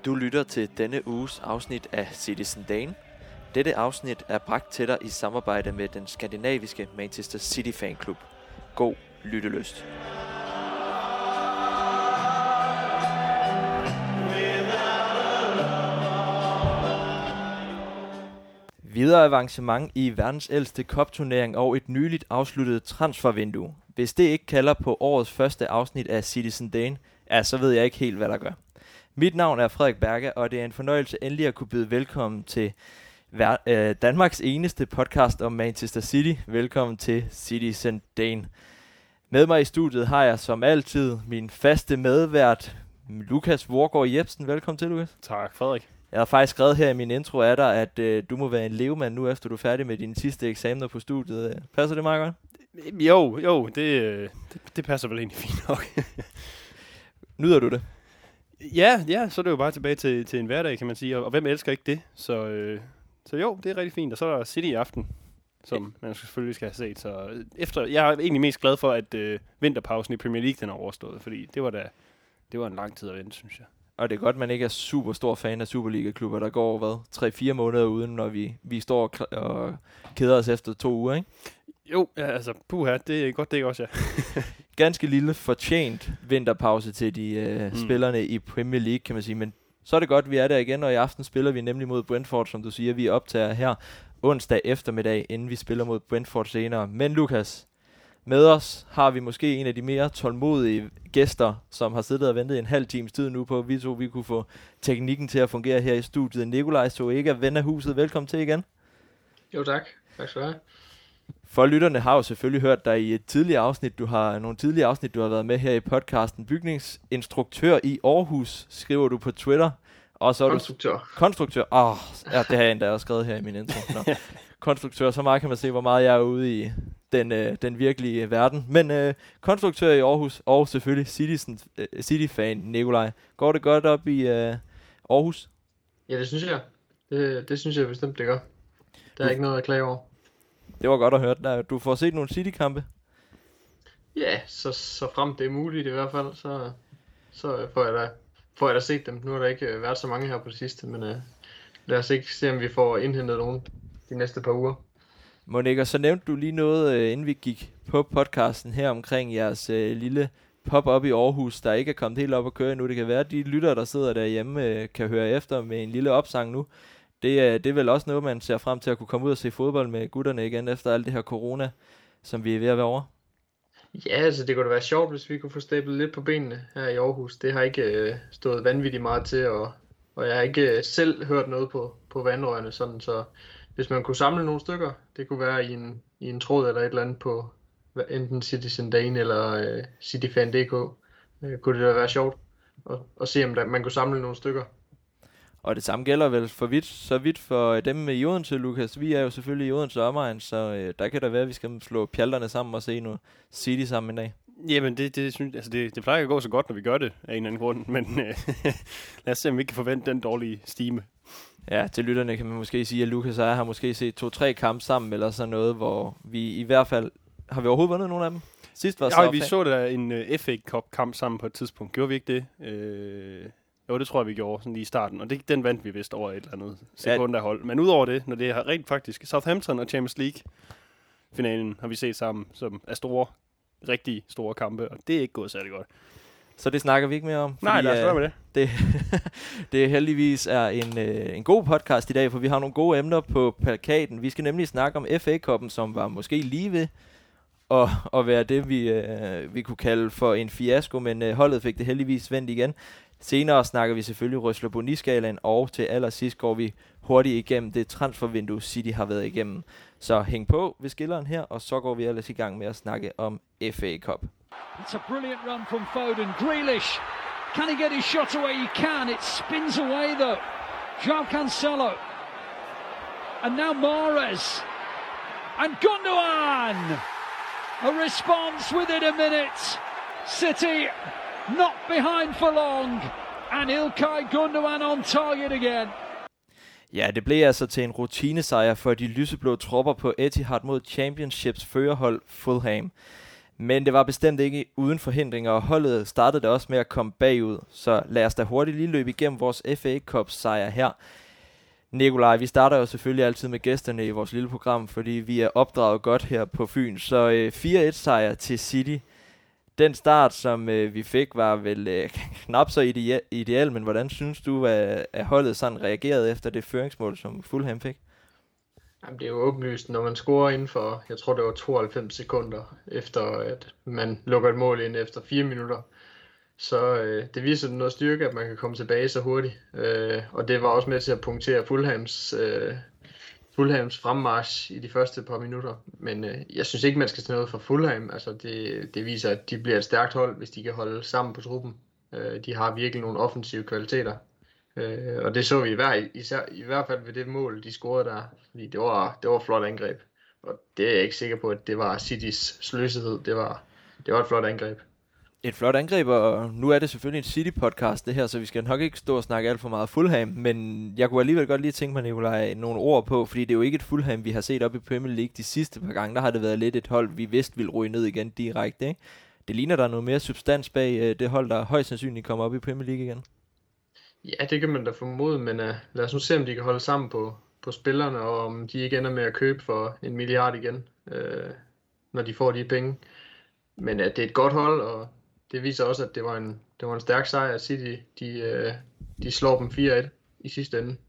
Du lytter til denne uges afsnit af Citizen Dane. Dette afsnit er bragt til dig i samarbejde med den skandinaviske Manchester City fanklub. God lyttelyst. Videre avancement i verdens ældste cupturnering og et nyligt afsluttet transfervindue. Hvis det ikke kalder på årets første afsnit af Citizen Dane, så ved jeg ikke helt, hvad der gør. Mit navn er Frederik Berge, og det er en fornøjelse endelig at kunne byde velkommen til Danmarks eneste podcast om Manchester City. Velkommen til Citizen Dane. Med mig i studiet har jeg som altid min faste medvært, Lukas Vorgård Jebsen. Velkommen til, Lukas. Tak, Frederik. Jeg har faktisk skrevet her i min intro af dig, at du må være en levemand nu, efter du er færdig med dine sidste eksamener på studiet. Passer det meget godt? Jo, det passer vel egentlig fint nok. Nyder du det? Ja, så er det jo bare tilbage til en hverdag, kan man sige. Og hvem elsker ikke det? Så jo, det er rigtig fint. Og så er der City i aften, som man selvfølgelig skal have set. Så jeg er egentlig mest glad for, at vinterpausen i Premier League den er overstået. Fordi det var en lang tid at vente, synes jeg. Og det er godt, man ikke er super stor fan af Superliga-klubber, der går 3-4 måneder uden, når vi står og keder os efter 2 uger, ikke? Jo, ja, altså, puha, det er godt, det er også, ja. Ganske lille fortjent vinterpause til de spillerne i Premier League, kan man sige. Men så er det godt, vi er der igen, og i aften spiller vi nemlig mod Brentford, som du siger. Vi optager her onsdag eftermiddag, inden vi spiller mod Brentford senere. Men Lukas, med os har vi måske en af de mere tålmodige gæster, som har siddet og ventet en halv times tid nu på, at vi kunne få teknikken til at fungere her i studiet. Nikolaj Soega, ven af huset. Velkommen til igen. Jo, tak. Tak skal du have. For lytterne har jo selvfølgelig hørt dig i et tidligere afsnit. Nogle tidligere afsnit, du har været med her i podcasten. Bygningsinstruktør i Aarhus, skriver du på Twitter. Og så er konstruktør. Ja, det har jeg endda også skrevet her i min intro. Konstruktør, så meget kan man se, hvor meget jeg er ude i den virkelige verden. Men konstruktør i Aarhus, og selvfølgelig City-fan Nikolaj. Går det godt op i Aarhus? Ja, det synes jeg. Det synes jeg bestemt, det gør. Der er ikke noget at klage over. Det var godt at høre. Du får set nogle City-kampe? Ja, så frem det er muligt i hvert fald, så får jeg da set dem. Nu har der ikke været så mange her på det sidste, men lad os ikke se, om vi får indhentet nogen de næste par uger. Monika, så nævnte du lige noget, inden vi gik på podcasten her omkring jeres lille pop-up i Aarhus, der ikke er kommet helt op at køre endnu. Det kan være, at de lyttere, der sidder derhjemme, kan høre efter med en lille opsang nu. Det er vel også noget, man ser frem til at kunne komme ud og se fodbold med gutterne igen, efter alt det her corona, som vi er ved at være over. Ja, altså det kunne da være sjovt, hvis vi kunne få stablet lidt på benene her i Aarhus. Det har ikke stået vanvittigt meget til, og jeg har ikke selv hørt noget på vandrørene, sådan så hvis man kunne samle nogle stykker, det kunne være i en tråd eller et eller andet på enten Citizen Dane eller cityfan.dk, kunne det da være sjovt at se, om man kunne samle nogle stykker. Og det samme gælder vel så vidt for dem i Odense, Lukas. Vi er jo selvfølgelig i Odense omegn, så der kan da være, at vi skal slå pjalterne sammen og se noget City sammen en dag. Jamen, det plejer ikke at gå så godt, når vi gør det af en eller anden grund, men lad os se, om vi ikke kan forvente den dårlige stime. Ja, til lytterne kan man måske sige, at Lukas og jeg har måske set 2-3 kampe sammen, eller sådan noget, hvor vi i hvert fald... Har vi overhovedet vundet nogle af dem? Sidst var vi så da en FA Cup-kamp sammen på et tidspunkt. Gjorde vi ikke det? Jo, det tror jeg, vi gjorde sådan lige i starten, og den vandt vi vist over et eller andet sekunderhold. Men udover det, når det er rent faktisk Southampton og Champions League-finalen har vi set sammen, som er rigtig store kampe, og det er ikke gået særlig godt. Så det snakker vi ikke mere om. Nej, lad os være med det. Det heldigvis er en god podcast i dag, for vi har nogle gode emner på plakaten. Vi skal nemlig snakke om FA-cupen, som var måske lige ved at være det, vi kunne kalde for en fiasko, men holdet fik det heldigvis vendt igen. Senere snakker vi selvfølgelig Røsler Boni-skalaen, og til allersidst går vi hurtigt igennem det transfervindue, City har været igennem. Så hæng på ved skilleren her, og så går vi ellers i gang med at snakke om FA Cup. It's a brilliant run from Foden. Grealish, can he get his shot away? He can. It spins away though. João Cancelo. And now Mahrez. And Gundogan. A response within a minute. City not behind for long. And Ilkay Gundogan on target again. Ja, det blev altså til en rutinesejr for de lyseblå tropper på Etihad mod Championships førerhold Fulham. Men det var bestemt ikke uden forhindringer, og holdet startede da også med at komme bagud. Så lad os da hurtigt lige løbe igennem vores FA Cup sejr her. Nikolaj, vi starter jo selvfølgelig altid med gæsterne i vores lille program, fordi vi er opdraget godt her på Fyn. Så 4-1 sejr til City. Den start, som vi fik, var vel knap så ideal, men hvordan synes du, at holdet sådan reagerede efter det føringsmål, som Fulham fik? Jamen, det er jo åbenlyst, når man scorer inden for, jeg tror det var 92 sekunder, efter at man lukker et mål ind efter 4 minutter. Så det viser noget styrke, at man kan komme tilbage så hurtigt. Og det var også med til at punktere Fulhams fremmarch i de første par minutter. Men jeg synes ikke, man skal tage noget fra Fulham. Altså, det viser, at de bliver et stærkt hold, hvis de kan holde sammen på truppen. De har virkelig nogle offensive kvaliteter. Og det så vi i hvert fald ved det mål, de scorede der. Fordi det var flot angreb. Og det er jeg ikke sikker på, at det var Citys sløsethed. Det var et flot angreb. Et flot angreb, og nu er det selvfølgelig en City-podcast det her, så vi skal nok ikke stå og snakke alt for meget Fulham, men jeg kunne alligevel godt lige tænke mig, Nikolaj, nogle ord på, fordi det er jo ikke et Fulham, vi har set op i Premier League de sidste par gange. Der har det været lidt et hold, vi vidste ville ryge ned igen direkte, ikke? Det ligner, der er noget mere substans bag det hold, der højst sandsynligt kommer op i Premier League igen. Ja, det kan man da formode, men lad os nu se, om de kan holde sammen på spillerne, og om de ikke ender med at købe for 1 milliard igen, når de får de penge. Men det er et godt hold, og det viser også, at det var en stærk sejr, at City de slår dem 4-1 i sidste ende.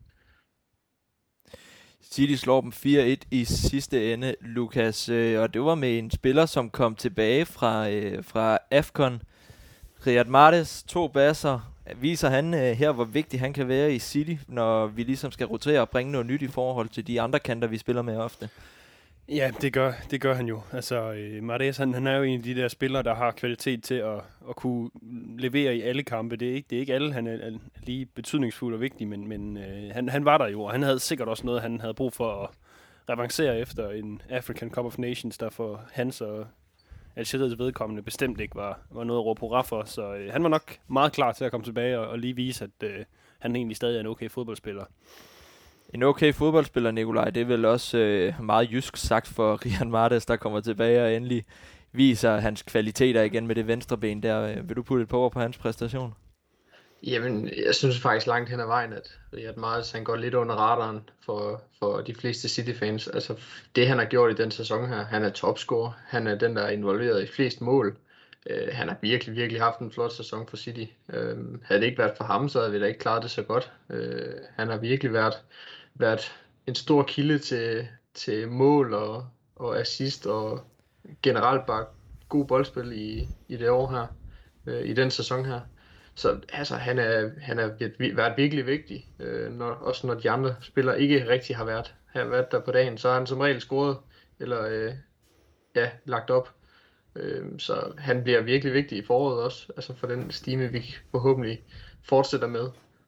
City slår dem 4-1 i sidste ende, Lukas, og det var med en spiller, som kom tilbage fra AFCON. Riyad Mahrez, 2 basser. Viser han her, hvor vigtig han kan være i City, når vi ligesom skal rotere og bringe noget nyt i forhold til de andre kanter, vi spiller med ofte? Ja, det gør han jo. Altså, Mahrez, han er jo en af de der spillere, der har kvalitet til at kunne levere i alle kampe. Det er ikke alle, han er lige betydningsfuld og vigtig, men han var der jo, og han havde sikkert også noget, han havde brug for at revancere efter en African Cup of Nations, der for hans og Algeriets vedkommende bestemt ikke var noget at råbe hurra for. Så han var nok meget klar til at komme tilbage og lige vise, at han egentlig stadig er en okay fodboldspiller. En okay fodboldspiller, Nikolaj, det er vel også meget jysk sagt for Riyad Mahrez, der kommer tilbage og endelig viser hans kvaliteter igen med det venstre ben der. Vil du putte et par ord på hans præstation? Jamen, jeg synes faktisk langt hen ad vejen, at Riyad Mahrez, han går lidt under radaren for de fleste City-fans. Altså, det han har gjort i den sæson her, han er topscorer, han er den, der er involveret i flest mål. Han har virkelig, virkelig haft en flot sæson for City. Havde det ikke været for ham, så havde vi da ikke klaret det så godt. Han har virkelig været en stor kilde til mål og assist og generelt bare god boldspil i det år her, i den sæson her. Så altså, han har været virkelig vigtig, også når de andre spillere ikke rigtig har været der på dagen. Så har han som regel scoret eller lagt op. Så han bliver virkelig vigtig i foråret også, altså for den stime, vi forhåbentlig fortsætter med.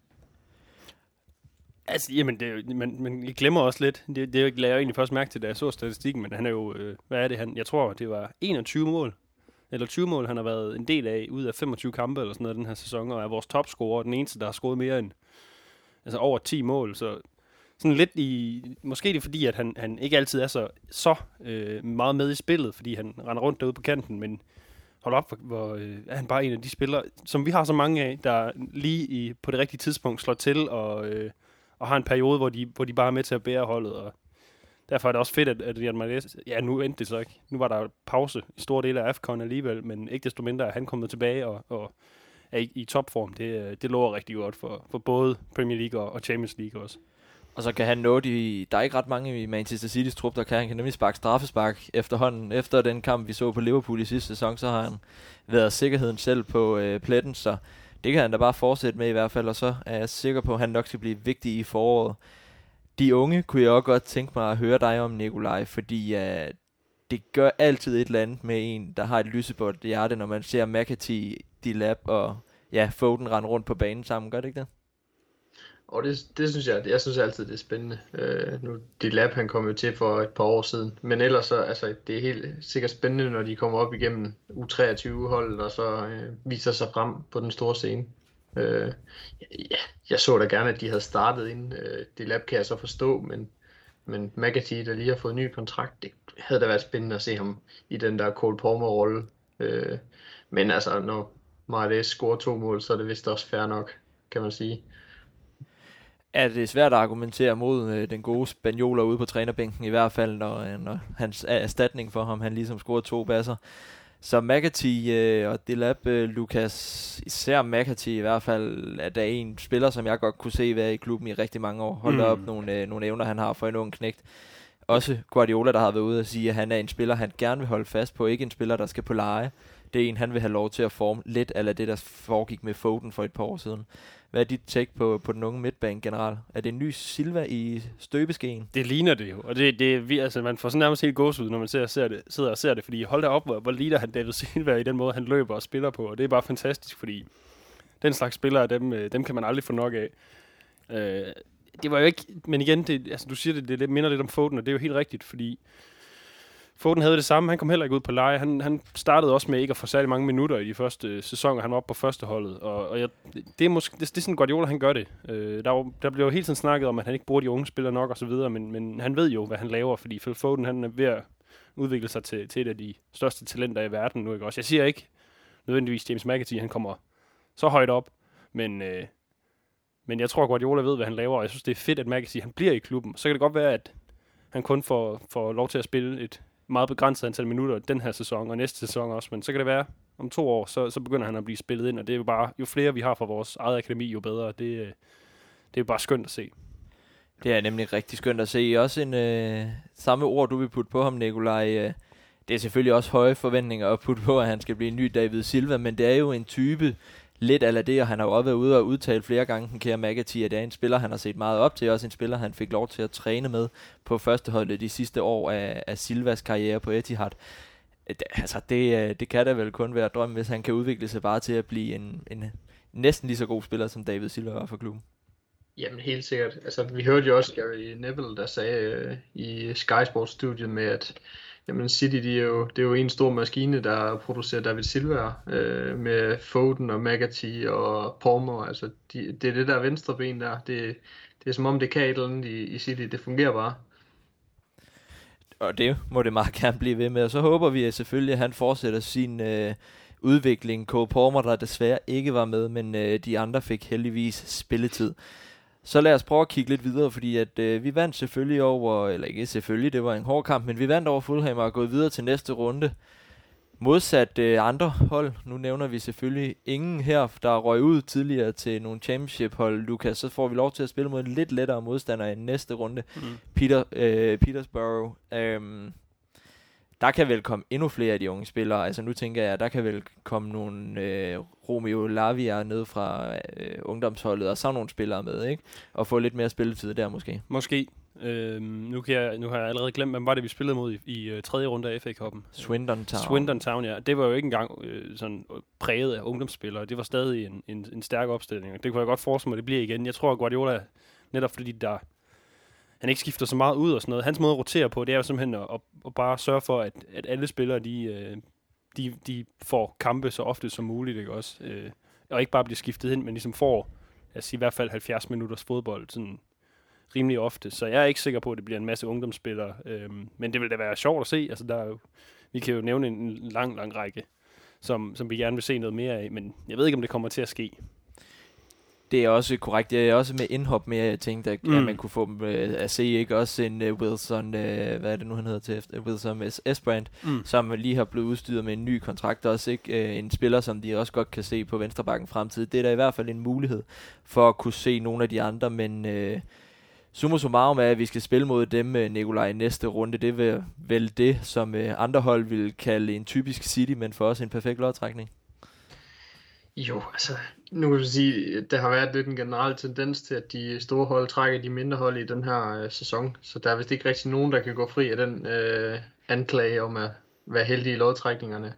Altså, jamen, man glemmer også lidt. Det lader jeg egentlig først mærke til, da jeg så statistikken, men han er jo, hvad er det, jeg tror, det var 21 mål, eller 20 mål, han har været en del af, ud af 25 kampe, eller sådan noget, den her sæson, og er vores topscorer, den eneste, der har scoret mere end, altså over 10 mål, så sådan lidt måske det er fordi, at han ikke altid er så meget med i spillet, fordi han render rundt derude på kanten, men hold op, hvor er han bare en af de spillere, som vi har så mange af, der lige på det rigtige tidspunkt slår til, og har en periode, hvor de bare er med til at bære holdet, og derfor er det også fedt, at Riyad Mahrez, ja, nu endte det så ikke. Nu var der pause i store dele af AFCON alligevel, men ikke desto mindre er han kommet tilbage og er i topform. Det lover rigtig godt for både Premier League og Champions League også. Og så kan han nå der er ikke ret mange i Manchester City's trup, der kan. Han kan nemlig sparke straffespark efterhånden. Efter den kamp, vi så på Liverpool i sidste sæson, så har han været sikkerheden selv på pletten, så det kan han da bare fortsætte med i hvert fald, og så er jeg sikker på, at han nok skal blive vigtig i foråret. De unge kunne jeg også godt tænke mig at høre dig om, Nikolaj, fordi det gør altid et eller andet med en, der har et lyseblåt hjerte, når man ser McAtee, Delap og Foden rende rundt på banen sammen. Gør det ikke det? Og det synes jeg synes altid, det er spændende. Nu Delap, han kom jo til for et par år siden, men ellers så, altså, det er helt sikkert spændende, når de kommer op igennem U23-holdet, og så viser sig frem på den store scene. Jeg så da gerne, at de havde startet inden. Delap kan jeg så forstå, men Men McAtee, der lige har fået en ny kontrakt, det havde da været spændende at se ham i den der Cole Palmer-rolle. Men altså, når Mahrez scorer 2 mål, så er det vist også fair nok, kan man sige. Er det svært at argumentere mod den gode spanioler ude på trænerbænken, i hvert fald når hans erstatning for ham, han ligesom scorede 2 basser. Så McAtee og Delap, Lukas, især McAtee i hvert fald, er der en spiller, som jeg godt kunne se være i klubben i rigtig mange år. Holdt op nogle evner, han har for en ung knægt. Også Guardiola, der har været ude og sige, at han er en spiller, han gerne vil holde fast på. Ikke en spiller, der skal på leje. Det er en, han vil have lov til at forme lidt af det, der foregik med Foden for et par år siden. Hvad er dit take på den unge midtbane generelt? Er det en ny Silva i støbeskeen? Det ligner det jo, og altså, man får sådan nærmest helt gåsehud, når man sidder og ser det, fordi hold da op, hvor ligner han David Silva i den måde, han løber og spiller på, og det er bare fantastisk, fordi den slags spillere, dem kan man aldrig få nok af. Det var jo ikke, men igen, altså, du siger det minder lidt om Foden, og det er jo helt rigtigt, fordi Foden havde det samme, han kom heller ikke ud på leje. Han startede også med ikke at få særlig mange minutter i de første sæsoner, han var oppe på førsteholdet. Det er sådan Guardiola, han gør det. Der bliver jo hele tiden snakket om, at han ikke bruger de unge spillere nok og så videre, men han ved jo, hvad han laver, fordi Phil Foden, han er ved at udvikle sig til et af de største talenter i verden nu, ikke også? Jeg siger ikke nødvendigvis James McAtee, han kommer så højt op, men jeg tror, Guardiola ved, hvad han laver, og jeg synes, det er fedt, at McAtee, han bliver i klubben. Så kan det godt være, at han kun får lov til at spille et meget begrænset antal minutter den her sæson, og næste sæson også, men så kan det være, om 2 år, så begynder han at blive spillet ind, og det er jo bare, jo flere vi har fra vores eget akademi, jo bedre. Det er jo bare skønt at se. Det er nemlig rigtig skønt at se. Også en samme ord, du vil putte på ham, Nikolaj. Det er selvfølgelig også høje forventninger at putte på, at han skal blive en ny David Silva, men det er jo en type lidt af det, og han har jo også været ude og udtale flere gange, den kære McAtee, at det er en spiller, han har set meget op til, også en spiller, han fik lov til at træne med på førsteholdet de sidste år af Silvas karriere på Etihad. Det kan da vel kun være drøm, hvis han kan udvikle sig bare til at blive en næsten lige så god spiller, som David Silva var for klubben. Jamen helt sikkert. Altså, vi hørte jo også Gary Neville, der sagde i Sky Sports-studiet med, at jamen City, det er jo en stor maskine, der producerer David Silva med Foden og McAtee og Palmer. Altså, det er det der venstre ben der. Det er som om, det kan et eller andet i City. Det fungerer bare. Og det må det meget gerne blive ved med. Og så håber vi selvfølgelig, at han fortsætter sin udvikling. Cole Palmer, der desværre ikke var med, men de andre fik heldigvis spilletid. Så lad os prøve at kigge lidt videre, fordi at vi vandt selvfølgelig over, eller ikke selvfølgelig, det var en hård kamp, men vi vandt over Fulham og er gået videre til næste runde. Modsat andre hold, nu nævner vi selvfølgelig ingen her, der røg ud tidligere til nogle championship-hold, Lukas, så får vi lov til at spille mod en lidt lettere modstander i næste runde, Petersborough. Der kan vel komme endnu flere af de unge spillere. Altså nu tænker jeg, der kan vel komme nogle Romeo Lavia ned fra ungdomsholdet, og så nogle spillere med, ikke? Og få lidt mere spilletid der måske. Måske. Nu har jeg allerede glemt, hvem var det, vi spillede mod i tredje runde af FA-cupen? Swindon Town, ja. Det var jo ikke engang sådan præget af ungdomsspillere. Det var stadig en stærk opstilling. Det kunne jeg godt forestille mig, det bliver igen. Jeg tror, at Guardiola, netop fordi han ikke skifter så meget ud og sådan noget. Hans måde at rotere på, det er jo simpelthen at bare sørge for, at alle spillere, de får kampe så ofte som muligt, ikke også? Og ikke bare bliver skiftet ind, men ligesom får, i hvert fald 70 minutters fodbold, sådan rimelig ofte. Så jeg er ikke sikker på, at det bliver en masse ungdomsspillere. Men det vil da være sjovt at se. Altså, vi kan jo nævne en lang række, som vi gerne vil se noget mere af, men jeg ved ikke, om det kommer til at ske. Det er også korrekt. Det er også med indhop mere, jeg tænkte, at man kunne få dem at se, ikke? Også en Wilson, hvad er det nu, han hedder til efter? Wilson Esbrand, som lige har blevet udstyret med en ny kontrakt. Også ikke en spiller, som de også godt kan se på venstrebakken fremtid. Det er da i hvert fald en mulighed for at kunne se nogle af de andre, men summa summarum er, at vi skal spille mod dem, Nikolaj, i næste runde. Det er vel det, som andre hold vil kalde en typisk City, men for os en perfekt lodtrækning. Jo, altså, nu kan du sige, at der har været lidt en generel tendens til, at de store hold trækker de mindre hold i den her sæson. Så der er vist ikke rigtig nogen, der kan gå fri af den anklage om at være heldige i lodtrækningerne.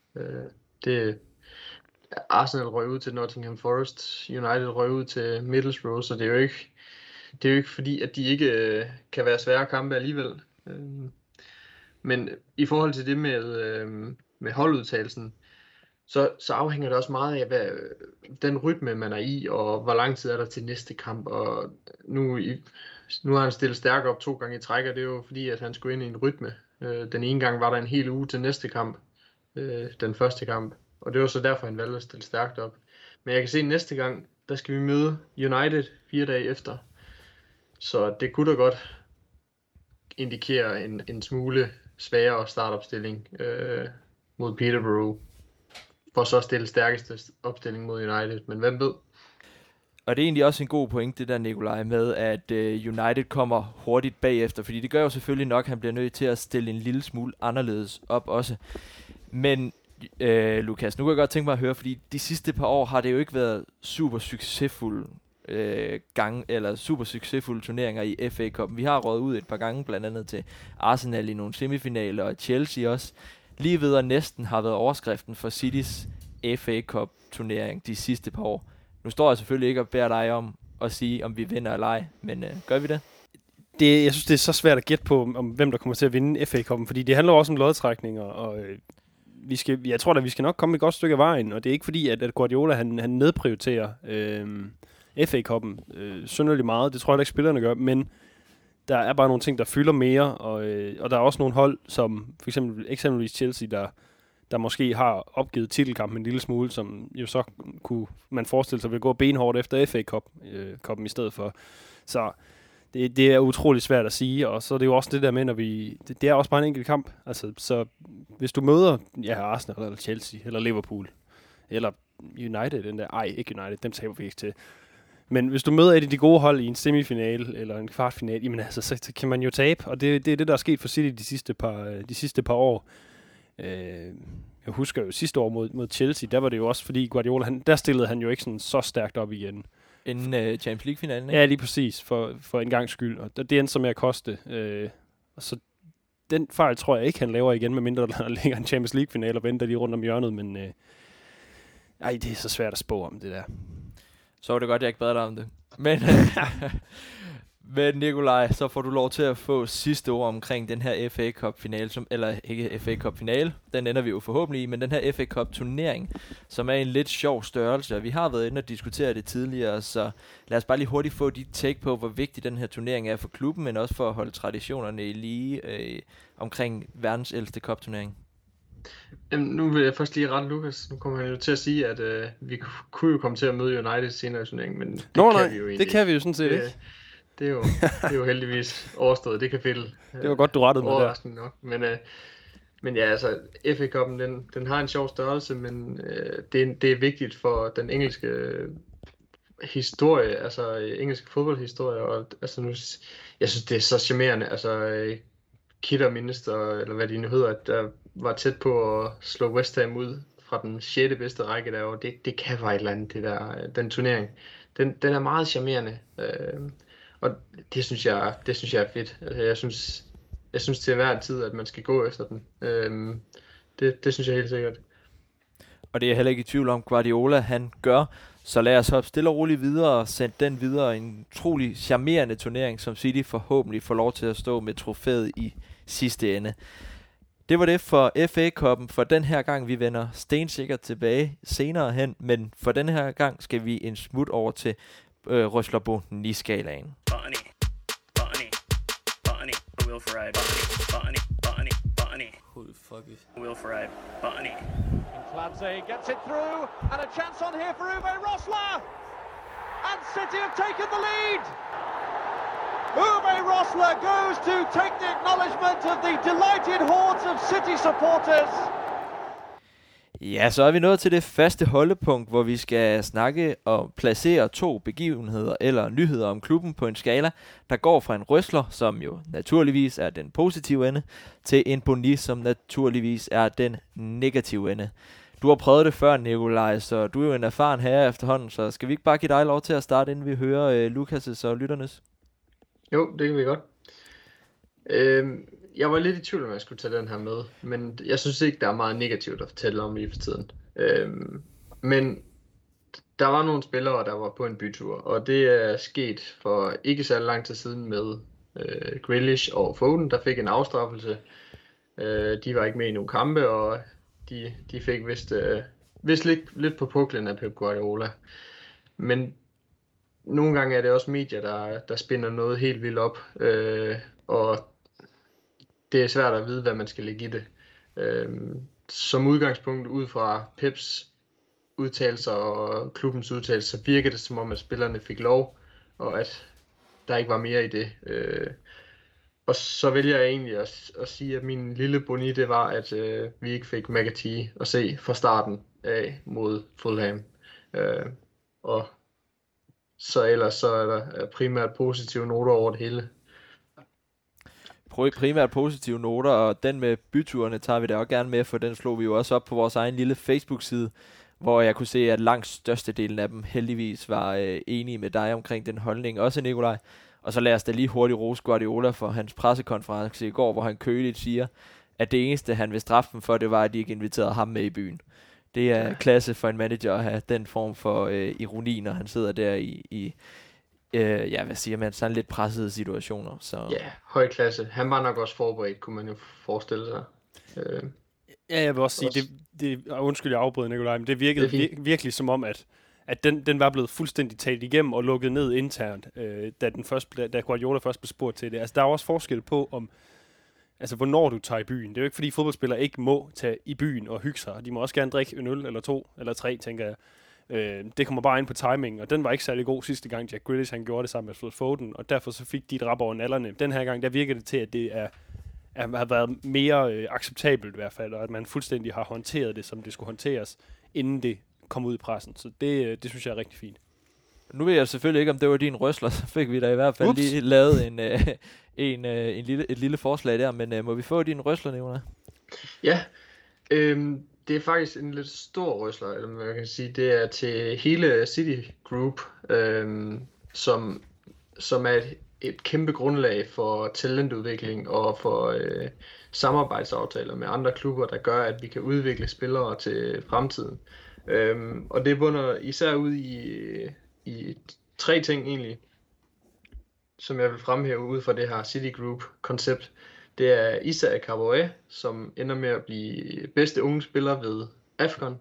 Arsenal røg ud til Nottingham Forest, United røg ud til Middlesbrough, så det er jo ikke fordi, at de ikke kan være svære kampe alligevel. Men i forhold til det med holdudtagelsen, så afhænger det også meget af, hvad den rytme, man er i, og hvor lang tid er der til næste kamp. Og nu har han stillet stærkt op 2 gange i træk, og det er jo fordi, at han skulle ind i en rytme. Den ene gang var der en hel uge til næste kamp, den første kamp. Og det var så derfor, han valgte at stille stærkt op. Men jeg kan se, at næste gang, der skal vi møde United 4 dage efter. Så det kunne da godt indikere en smule sværere startopstilling mod Peterborough. For så at stille stærkeste opstilling mod United. Men hvem ved? Og det er egentlig også en god point, det der, Nikolaj, med at United kommer hurtigt bagefter. Fordi det gør jo selvfølgelig nok, at han bliver nødt til at stille en lille smule anderledes op også. Men Lukas, nu kan jeg godt tænke mig at høre, fordi de sidste par år har det jo ikke været super succesfulde super succesfulde turneringer i FA Cup'en. Vi har røget ud et par gange, blandt andet til Arsenal i nogle semifinaler, og Chelsea også. Lige ved at næsten har været overskriften for Citys FA Cup turnering de sidste par år. Nu står jeg selvfølgelig ikke og beder dig om at sige, om vi vinder eller ej, men gør vi det? Jeg synes, det er så svært at gætte på, om hvem der kommer til at vinde FA Cup'en, fordi det handler også om lodtrækninger, og jeg tror da, vi skal nok komme et godt stykke af vejen, og det er ikke fordi, at Guardiola han nedprioriterer FA Cup'en synderligt meget. Det tror jeg ikke, spillerne gør, men der er bare nogle ting, der fylder mere, og der er også nogle hold, som for eksempelvis Chelsea, der måske har opgivet titelkampen en lille smule, som jo så kunne man forestille sig vil gå benhårdt efter FA Cup'en i stedet for. Så det er utrolig svært at sige, og så er det jo også det der med, når det er også bare en enkelt kamp. Altså, så hvis du møder Arsenal eller Chelsea eller Liverpool eller United, ikke United, dem taber vi ikke til. Men hvis du møder et af de gode hold i en semifinale eller en kvartfinale, jamen altså, så kan man jo tabe, og det er det, der er sket for City de sidste par år. Jeg husker jo sidste år mod Chelsea, der var det jo også, fordi Guardiola, der stillede han jo ikke sådan så stærkt op igen. Inden Champions League-finalen, ikke? Ja, lige præcis, for en gangs skyld, og det endte så med at koste. Og så den fejl tror jeg ikke, han laver igen, medmindre der ligger en Champions League-finale og venter lige rundt om hjørnet, men det er så svært at spå om det der. Så var det godt, jeg ikke bad dig om det. Men Nikolaj, så får du lov til at få sidste ord omkring den her FA Cup-finale, eller ikke FA Cup-finale, den ender vi jo forhåbentlig i, men den her FA Cup-turnering, som er en lidt sjov størrelse, og vi har været inde og diskutere det tidligere, så lad os bare lige hurtigt få dit take på, hvor vigtig den her turnering er for klubben, men også for at holde traditionerne i lige omkring verdens ældste cup-turnering. Nu vil jeg først lige rette Lukas. Nu kommer han jo til at sige, at vi kunne jo komme til at møde United senere i turneringen, men det kan vi jo egentlig. Det kan vi jo sådan set ikke. Det er jo heldigvis overstået. Det kan Fidel. Det var godt, du rettede mig der. Nok. Men ja, altså, FA Cup'en, den har en sjov størrelse, men det er vigtigt for den engelske historie, altså engelsk fodboldhistorie, og altså nu, jeg synes, det er så charmerende, altså Kidderminster, eller hvad de nu hedder, der var tæt på at slå West Ham ud fra den 6. bedste række der, og det kan være et eller andet, det der, den turnering. Den er meget charmerende, og det synes jeg er fedt. Altså, jeg synes til hver tid, at man skal gå efter den. Det synes jeg helt sikkert. Og det er jeg heller ikke i tvivl om, Guardiola han gør. Så lad os hoppe stille og roligt videre og sende den videre. En utrolig charmerende turnering, som City forhåbentlig får lov til at stå med trofæet i sidste ende. Det var det for FA Cup'en for den her gang. Vi vender stensikkert tilbage senere hen, men for den her gang skal vi en smut over til Röslerbo Niskalaen. Wilfred, Botany. Who the fuck is Wilfred, Botany? Clancy gets it through, and a chance on here for Uwe Rosler! And City have taken the lead! Uwe Rosler goes to take the acknowledgement of the delighted hordes of City supporters. Ja, så er vi nået til det faste holdepunkt, hvor vi skal snakke og placere 2 begivenheder eller nyheder om klubben på en skala, der går fra en Rösler, som jo naturligvis er den positive ende, til en Boni, som naturligvis er den negative ende. Du har prøvet det før, Nikolaj, så du er jo en erfaren herre efterhånden, så skal vi ikke bare give dig lov til at starte, inden vi hører Lukas' og lytternes? Jo, det kan vi godt. Jeg var lidt i tvivl, om jeg skulle tage den her med, men jeg synes ikke, der er meget negativt at fortælle om lige for tiden. Men der var nogle spillere, der var på en bytur, og det er sket for ikke så lang tid siden med Grealish og Foden, der fik en afstraffelse. De var ikke med i nogle kampe, og de fik vist vist lidt på puklen af Pep Guardiola. Men nogle gange er det også medier, der spinder noget helt vildt op, og det er svært at vide, hvad man skal lægge i det. Som udgangspunkt ud fra Peps udtalelser og klubbens udtalelser, så virker det som om, at spillerne fik lov, og at der ikke var mere i det. Og så vælger jeg egentlig at sige, at min lille boni, det var, at vi ikke fik McAtee at se fra starten af mod Fulham. Og så ellers så er der primært positive noter over det hele. Primært positive noter, og den med byturene tager vi da også gerne med, for den slog vi jo også op på vores egen lille Facebook-side, hvor jeg kunne se, at langt størstedelen af dem heldigvis var enige med dig omkring den holdning. Også Nikolaj. Og så lad os da lige hurtigt rose Guardiola for hans pressekonference i går, hvor han køligt siger, at det eneste, han vil straffe dem for, det var, at de ikke inviterede ham med i byen. Det er klasse for en manager at have den form for ironi, når han sidder der i hvad siger man, sådan lidt pressede situationer. Så. Ja, høj klasse. Han var nok også forberedt, kunne man jo forestille sig. Ja, jeg vil også sige, undskyld, jeg afbryder, Nikolaj, men det virkede virkelig som om, at den var blevet fuldstændig talt igennem og lukket ned internt, da Guardiola først blev spurgt til det. Altså, der er også forskel på, hvornår du tager i byen. Det er jo ikke, fordi fodboldspillere ikke må tage i byen og hygge sig. De må også gerne drikke en øl eller 2 eller 3, tænker jeg. Det kommer bare ind på timing, og den var ikke særlig god sidste gang. Jack Grealish, han gjorde det sammen med Phil Foden, og derfor så fik de et rap over nallerne. Den her gang, der virker det til, at det har været mere acceptabelt i hvert fald, og at man fuldstændig har håndteret det, som det skulle håndteres, inden det kom ud i pressen. Så det synes jeg er rigtig fint. Nu ved jeg selvfølgelig ikke, om det var din røsler, så fik vi da i hvert fald lige lavet et lille forslag der, men må vi få din røsler, Nicolai? Ja, det er faktisk en lidt stor røsler, eller man kan sige. Det er til hele City Group, som er et kæmpe grundlag for talentudvikling og for samarbejdsaftaler med andre klubber, der gør, at vi kan udvikle spillere til fremtiden. Og det bunder især ud i 3 ting egentlig, som jeg vil fremhæve ud fra det her City Group-koncept. Det er Issa Kabore, som ender med at blive bedste unge spiller ved AFCON.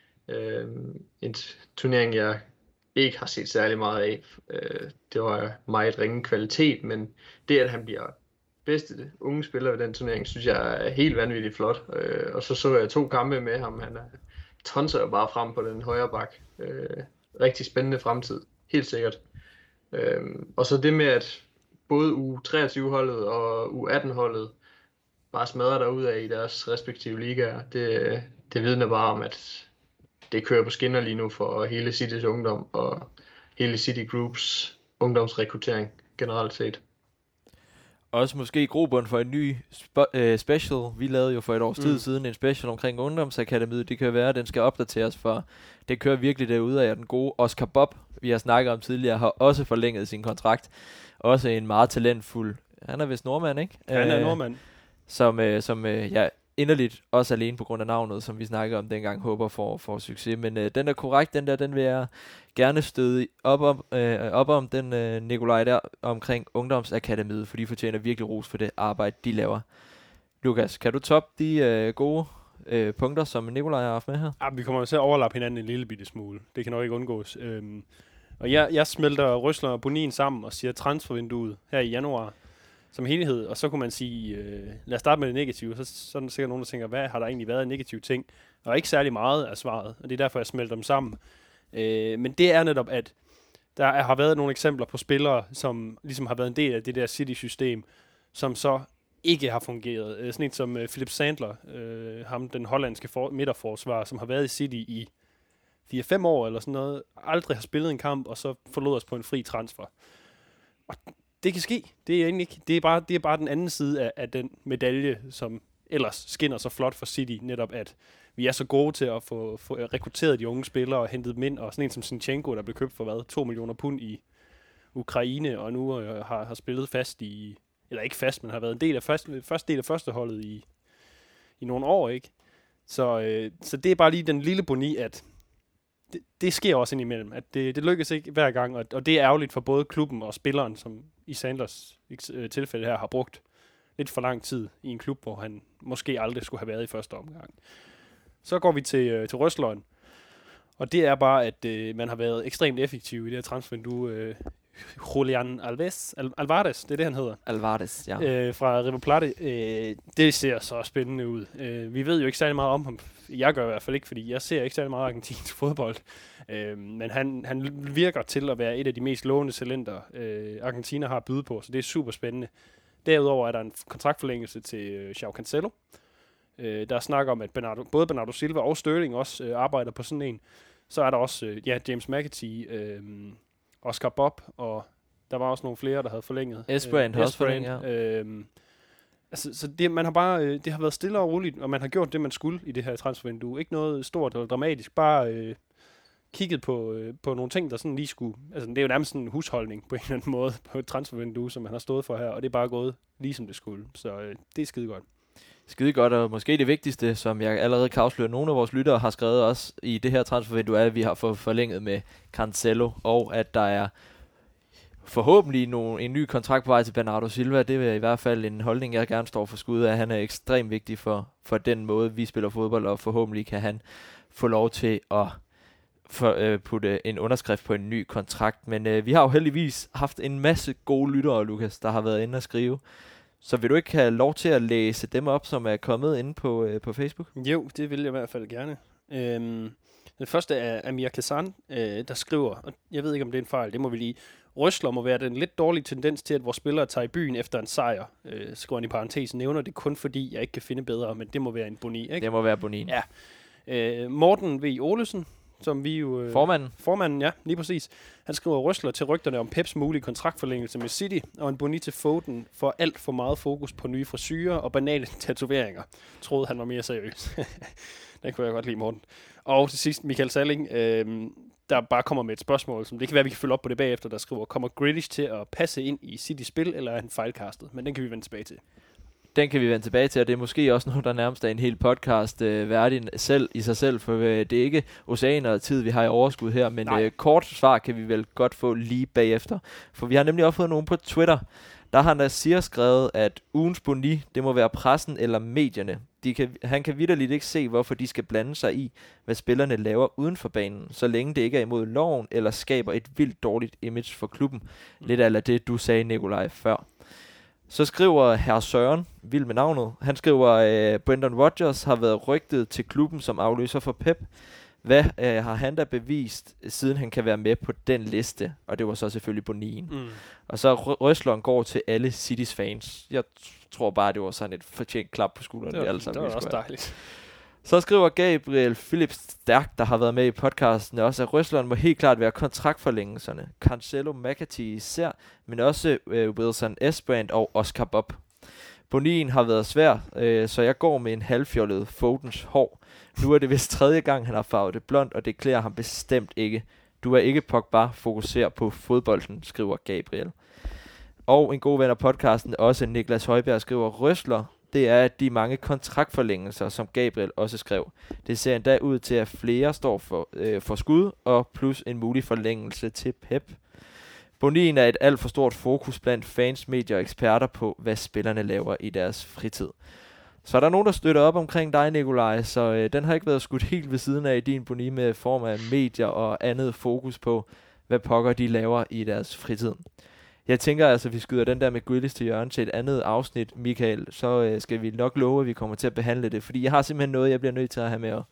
En turnering, jeg ikke har set særlig meget af. Det var meget ringe kvalitet, men det, at han bliver bedste unge spiller ved den turnering, synes jeg er helt vanvittigt flot. Og så jeg 2 kampe med ham. Han tonser jo bare frem på den højre bak. Rigtig spændende fremtid, helt sikkert. Og så det med, at både U23-holdet og U18-holdet bare smadrer derudad i deres respektive ligaer, det vidner bare om, at det kører på skinner lige nu for hele Citys ungdom og hele City Groups ungdomsrekruttering generelt set. Også måske grobund for en ny special. Vi lavede jo for et års tid siden en special omkring ungdomsakademiet. Det kan være, at den skal opdateres, for det kører virkelig derude af. Den gode Oscar Bob, vi har snakket om tidligere, har også forlænget sin kontrakt. Også en meget talentfuld. Han er vist nordmand, ikke? Han er nordmand. Som jeg inderligt, også alene på grund af navnet, som vi snakkede om dengang, håber for succes. Men den er korrekt, den vil jeg gerne støde op om den Nikolaj der omkring Ungdomsakademiet, for de fortjener virkelig ros for det arbejde, de laver. Lukas, kan du toppe de gode punkter, som Nikolaj har haft med her? Ja, vi kommer til at overlappe hinanden en lille bitte smule. Det kan nok ikke undgås. Og jeg smelter Røsler og Bonin sammen og siger transfervinduet her i januar som helhed, og så kunne man sige, lad os starte med det negative, så er der sikkert nogen, der tænker, hvad har der egentlig været af negative ting? Og ikke særlig meget af svaret, og det er derfor, jeg smelter dem sammen. Men det er netop, at der har været nogle eksempler på spillere, som ligesom har været en del af det der City-system, som så ikke har fungeret. Sådan en som Philip Sandler, ham den hollandske midterforsvarer, som har været i City i 4-5 år eller sådan noget, aldrig har spillet en kamp, og så forlod os på en fri transfer. Og det kan ske. Det er egentlig ikke. Det er bare den anden side af den medalje, som ellers skinner så flot for City, netop at vi er så gode til at få rekrutteret de unge spillere og hentet dem ind, og sådan en som Zinchenko, der blev købt for 2 millioner pund i Ukraine, og nu har spillet fast eller ikke fast, men har været en del af første del af førsteholdet i nogle år, ikke? Så det er bare lige den lille boni, at det sker også indimellem, at det lykkes ikke hver gang, og det er ærgerligt for både klubben og spilleren, som i Sandlers tilfælde her har brugt lidt for lang tid i en klub, hvor han måske aldrig skulle have været i første omgang. Så går vi til Røsleren. Og det er bare, at man har været ekstremt effektiv i det her transfervindue. Julian Alvarez, det er det, han hedder. Alvarez, ja. Fra River Plate. Det ser så spændende ud. Vi ved jo ikke særlig meget om ham. Jeg gør i hvert fald ikke, fordi jeg ser ikke særlig meget argentinsk fodbold. Men han virker til at være et af de mest lovende talenter, Argentina har at byde på, så det er super spændende. Derudover er der en kontraktforlængelse til João Cancelo. Der er snak om, at både Bernardo Silva og Sterling også arbejder på sådan en. Så er der også James McAtee, Oscar Bob, og der var også nogle flere, der havde forlænget. Esbrand har også forlænget, ja. Så det, man har bare, det har været stille og roligt, og man har gjort det, man skulle i det her transfervindue. Ikke noget stort eller dramatisk, bare kigget på nogle ting, der sådan lige skulle... Altså, det er jo nærmest sådan en husholdning på en eller anden måde på et transfervindue, som man har stået for her, og det er bare gået lige som det skulle. Så det er skide godt. Skide godt, og måske det vigtigste, som jeg allerede kan afsløre, nogle af vores lyttere har skrevet også i det her transfervindue, er, at vi har fået forlænget med Cancelo, og at der er forhåbentlig en ny kontrakt på vej til Bernardo Silva. Det er i hvert fald en holdning, jeg gerne står for skud af. Han er ekstremt vigtig for den måde, vi spiller fodbold, og forhåbentlig kan han få lov til at putte en underskrift på en ny kontrakt. Men vi har jo heldigvis haft en masse gode lyttere, Lukas, der har været inde og skrive. Så vil du ikke have lov til at læse dem op, som er kommet inde på Facebook? Jo, det vil jeg i hvert fald gerne. Den første er Amir Kazan, der skriver, og jeg ved ikke, om det er en fejl, det må vi lige. Røsler må være den lidt dårlige tendens til, at vores spillere tager i byen efter en sejr. Skriver han i parentes, nævner det kun fordi, jeg ikke kan finde bedre, men det må være en boni, ikke? Det må være bonien. Ja. Morten V. Olesen, som vi jo... Formanden, ja, lige præcis. Han skriver Røsler til rygterne om Peps mulige kontraktforlængelse med City, og en boni til Foden for alt for meget fokus på nye frisyrer og banale tatoveringer. Troede han var mere seriøs. Den kunne jeg godt lide, Morten. Og til sidst, Michael Salling, der bare kommer med et spørgsmål, som det kan være, vi kan følge op på det bagefter, der skriver, kommer Grealish til at passe ind i City-spil, eller er han fejlkastet? Men den kan vi vende tilbage til. Den kan vi vende tilbage til, og det er måske også noget, der nærmest er en hel podcast værdig selv i sig selv, for det er ikke oceaner af tid, vi har i overskud her, men kort svar kan vi vel godt få lige bagefter. For vi har nemlig også fået nogen på Twitter, der har Nasir skrevet, at ugens boni, det må være pressen eller medierne. Han kan vitterligt ikke se, hvorfor de skal blande sig i, hvad spillerne laver uden for banen, så længe det ikke er imod loven eller skaber et vildt dårligt image for klubben. Lidt af det, du sagde, Nikolaj, før. Så skriver herr Søren, vild med navnet, han skriver, Brendan Rodgers har været rygtet til klubben som afløser for Pep. Hvad har han da bevist, siden han kan være med på den liste? Og det var så selvfølgelig bonien. Og så røsleren går til alle Citys fans. Jeg tror bare, det var sådan et fortjent klap på skulderen. Det var også dejligt. Så skriver Gabriel Philips Stærk, der har været med i podcasten, også at røsleren må helt klart være kontraktforlængelserne. Cancelo, McAtee især, men også Wilson Esbrand og Oscar Bob. Bonien har været svær, så jeg går med en halvfjollet Fodens hår. Nu er det vist 3. gang, han har farvet det blond, og det klæder ham bestemt ikke. Du er ikke Pogba, fokuser på fodbolden, skriver Gabriel. Og en god ven af podcasten, også Niklas Højberg, skriver røsler. Det er de mange kontraktforlængelser, som Gabriel også skrev. Det ser endda ud til, at flere står for skud, og plus en mulig forlængelse til Pep. Bonien er et alt for stort fokus blandt fans, medier og eksperter på, hvad spillerne laver i deres fritid. Så er der nogen, der støtter op omkring dig, Nikolaj, så den har ikke været skudt helt ved siden af din boni med form af medier og andet fokus på, hvad pokker de laver i deres fritid. Jeg tænker altså, at vi skyder den der med Grealish til hjørne til et andet afsnit, Michael, så skal vi nok love, at vi kommer til at behandle det, fordi jeg har simpelthen noget, jeg bliver nødt til at have med.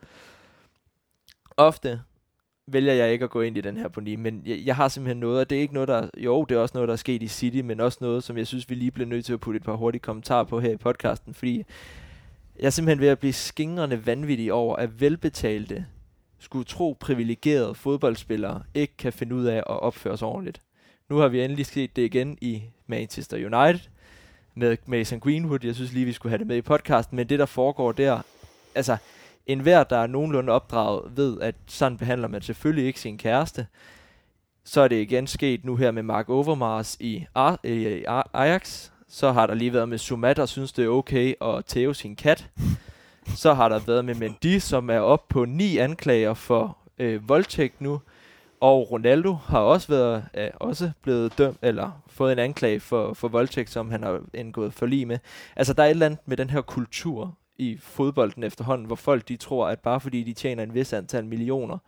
Ofte vælger jeg ikke at gå ind i den her boni, men jeg har simpelthen noget, og det er ikke noget, der... Jo, det er også noget, der er sket i City, men også noget, som jeg synes, vi lige bliver nødt til at putte et par hurtige kommentarer på her i podcasten, fordi jeg er simpelthen ved at blive skingrende vanvittig over, at velbetalte, skulle tro privilegerede fodboldspillere ikke kan finde ud af at opføre sig ordentligt. Nu har vi endelig set det igen i Manchester United med Mason Greenwood. Jeg synes lige, vi skulle have det med i podcasten, men det, der foregår der... Altså, enhver, der er nogenlunde opdraget, ved, at sådan behandler man selvfølgelig ikke sin kæreste. Så er det igen sket nu her med Mark Overmars i Ajax. Så har der lige været med Zuma, der synes, det er okay at tæve sin kat. Så har der været med Mendy, som er oppe på 9 anklager for voldtægt nu. Og Ronaldo har også blevet dømt, eller fået en anklage for voldtægt, som han har indgået forlig med. Altså, der er et eller andet med den her kultur i fodbolden efterhånden, hvor folk de tror, at bare fordi de tjener en vis antal millioner,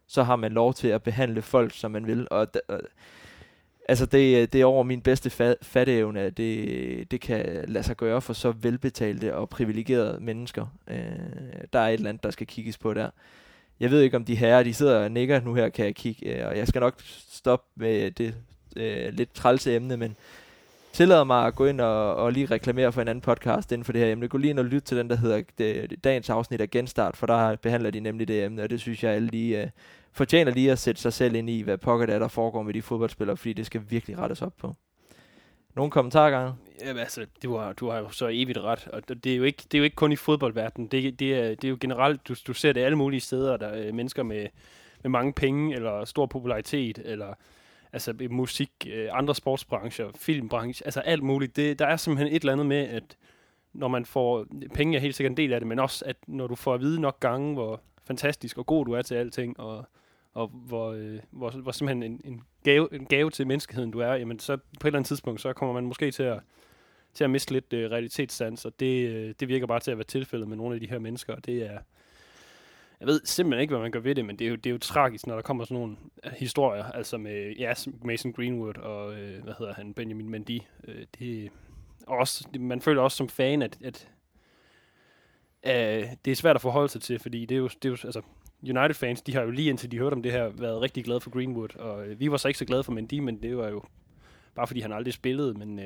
så har man lov til at behandle folk, som man vil. Og altså, det er over min bedste fatteevne, at det kan lade sig gøre for så velbetalte og privilegerede mennesker. Der er et eller andet, der skal kigges på der. Jeg ved ikke, om de herrer, de sidder og nikker nu her, kan jeg kigge. Og jeg skal nok stoppe med det lidt trælse emne, men tillader mig at gå ind og lige reklamere for en anden podcast inden for det her emne. Gå lige ind og lyt til den, der hedder dagens afsnit af Genstart, for der behandler de nemlig det emne, og det synes jeg alle lige fortjener lige at sætte sig selv ind i, hvad pokker det er, der foregår med de fodboldspillere, fordi det skal virkelig rettes op på. Nogle kommentarer, Garner? Jamen altså, du har jo så evigt ret, og det er jo ikke kun i fodboldverdenen. Det er jo generelt, du ser det alle mulige steder, der er mennesker med mange penge, eller stor popularitet, eller altså musik, andre sportsbrancher, filmbrancher, altså alt muligt. Der er simpelthen et eller andet med, at når man får penge, er helt sikkert en del af det, men også, at når du får at vide nok gange, hvor fantastisk og god du er til alting, og hvor simpelthen en gave til menneskeheden du er, jamen så på et eller andet tidspunkt, så kommer man måske til at miste lidt realitetssans, og det virker bare til at være tilfældet med nogle af de her mennesker, og det er, jeg ved simpelthen ikke, hvad man gør ved det, men det er jo tragisk, når der kommer sådan nogle historier, altså med Mason Greenwood og Benjamin Mendy. Man føler også som fan, at det er svært at forholde sig til, fordi det er jo altså United-fans, de har jo lige indtil de hørte om det her, været rigtig glade for Greenwood, og vi var så ikke så glade for Mendy, men det var jo bare fordi han aldrig spillede, men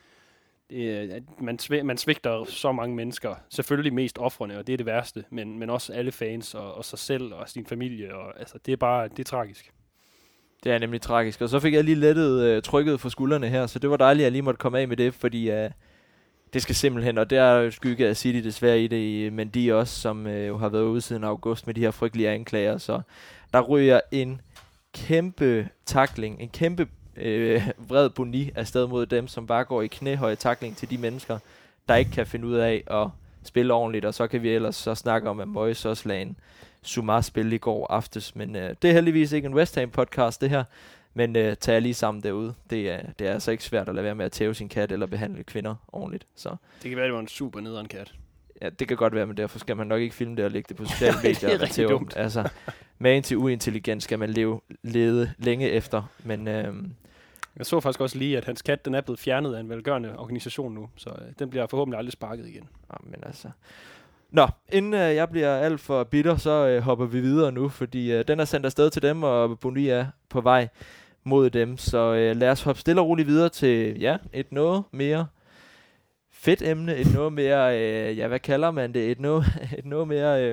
man svigter så mange mennesker, selvfølgelig mest ofrene, og det er det værste, men også alle fans og sig selv og sin familie, og altså det er tragisk. Det er nemlig tragisk, og så fik jeg lige lettet trykket for skuldrene her, så det var dejligt, at jeg lige måtte komme af med det, fordi det skal simpelthen, og der er jo skygge af City desværre i det, men de også, som jo har været ude siden august med de her frygtelige anklager, så der ryger en kæmpe tackling, en kæmpe vred boni afsted mod dem, som bare går i knæhøje tackling til de mennesker, der ikke kan finde ud af at spille ordentligt, og så kan vi ellers så snakke om, at Moyes også lagde en Sumar spil i går aftes, men det er heldigvis ikke en West Ham podcast det her, men tag jeg lige sammen derude. Det er altså ikke svært at lade være med at tæve sin kat eller behandle kvinder ordentligt. Så. Det kan være, det var en super nederen kat. Ja, det kan godt være, men derfor skal man nok ikke filme det og lægge det på sociale medier. Det er rigtig dumt. Altså, magen til uintelligens skal man lede længe efter, men jeg så faktisk også lige, at hans kat, den er blevet fjernet af en velgørende organisation nu, så den bliver forhåbentlig aldrig sparket igen. Men altså. Nå, inden jeg bliver alt for bitter, så hopper vi videre nu, fordi den er sendt afsted til dem, og Boni er på vej mod dem. Så lad os hoppe stille og roligt videre til et noget mere fedt emne, et noget mere, hvad kalder man det, et noget mere,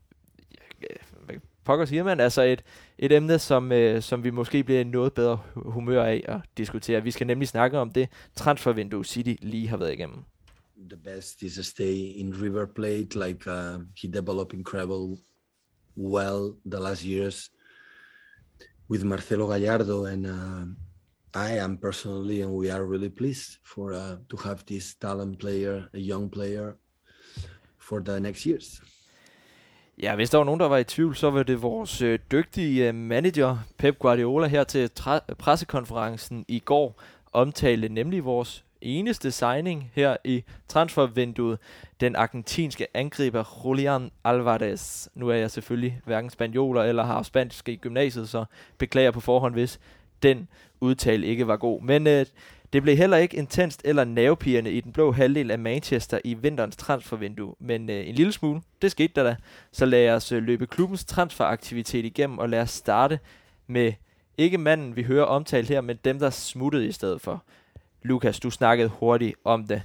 hvad pokker siger man, altså et emne, som vi måske bliver noget bedre humør af at diskutere. Vi skal nemlig snakke om det transfervindue City lige har været igennem. The best is to stay in River Plate, like he developed incredible well the last years with Marcelo Gallardo, and I am personally, and we are really pleased for to have this talent player, a young player, for the next years. Ja, hvis der var nogen, der var i tvivl, så var det vores dygtige manager, Pep Guardiola, her til pressekonferencen i går, omtalte nemlig vores eneste signing her i transfervinduet, den argentinske angriber Julian Alvarez. Nu er jeg selvfølgelig hverken spanioler eller har spansk i gymnasiet, så beklager på forhånd, hvis den udtale ikke var god. Men det blev heller ikke intenst eller nervepirrende i den blå halvdel af Manchester i vinterens transfervindue, men en lille smule, det skete der da. Så lad os løbe klubbens transferaktivitet igennem, og lad os starte med ikke manden, vi hører omtalt her, men dem, der smuttede i stedet for. Lukas, du snakkede hurtigt om det.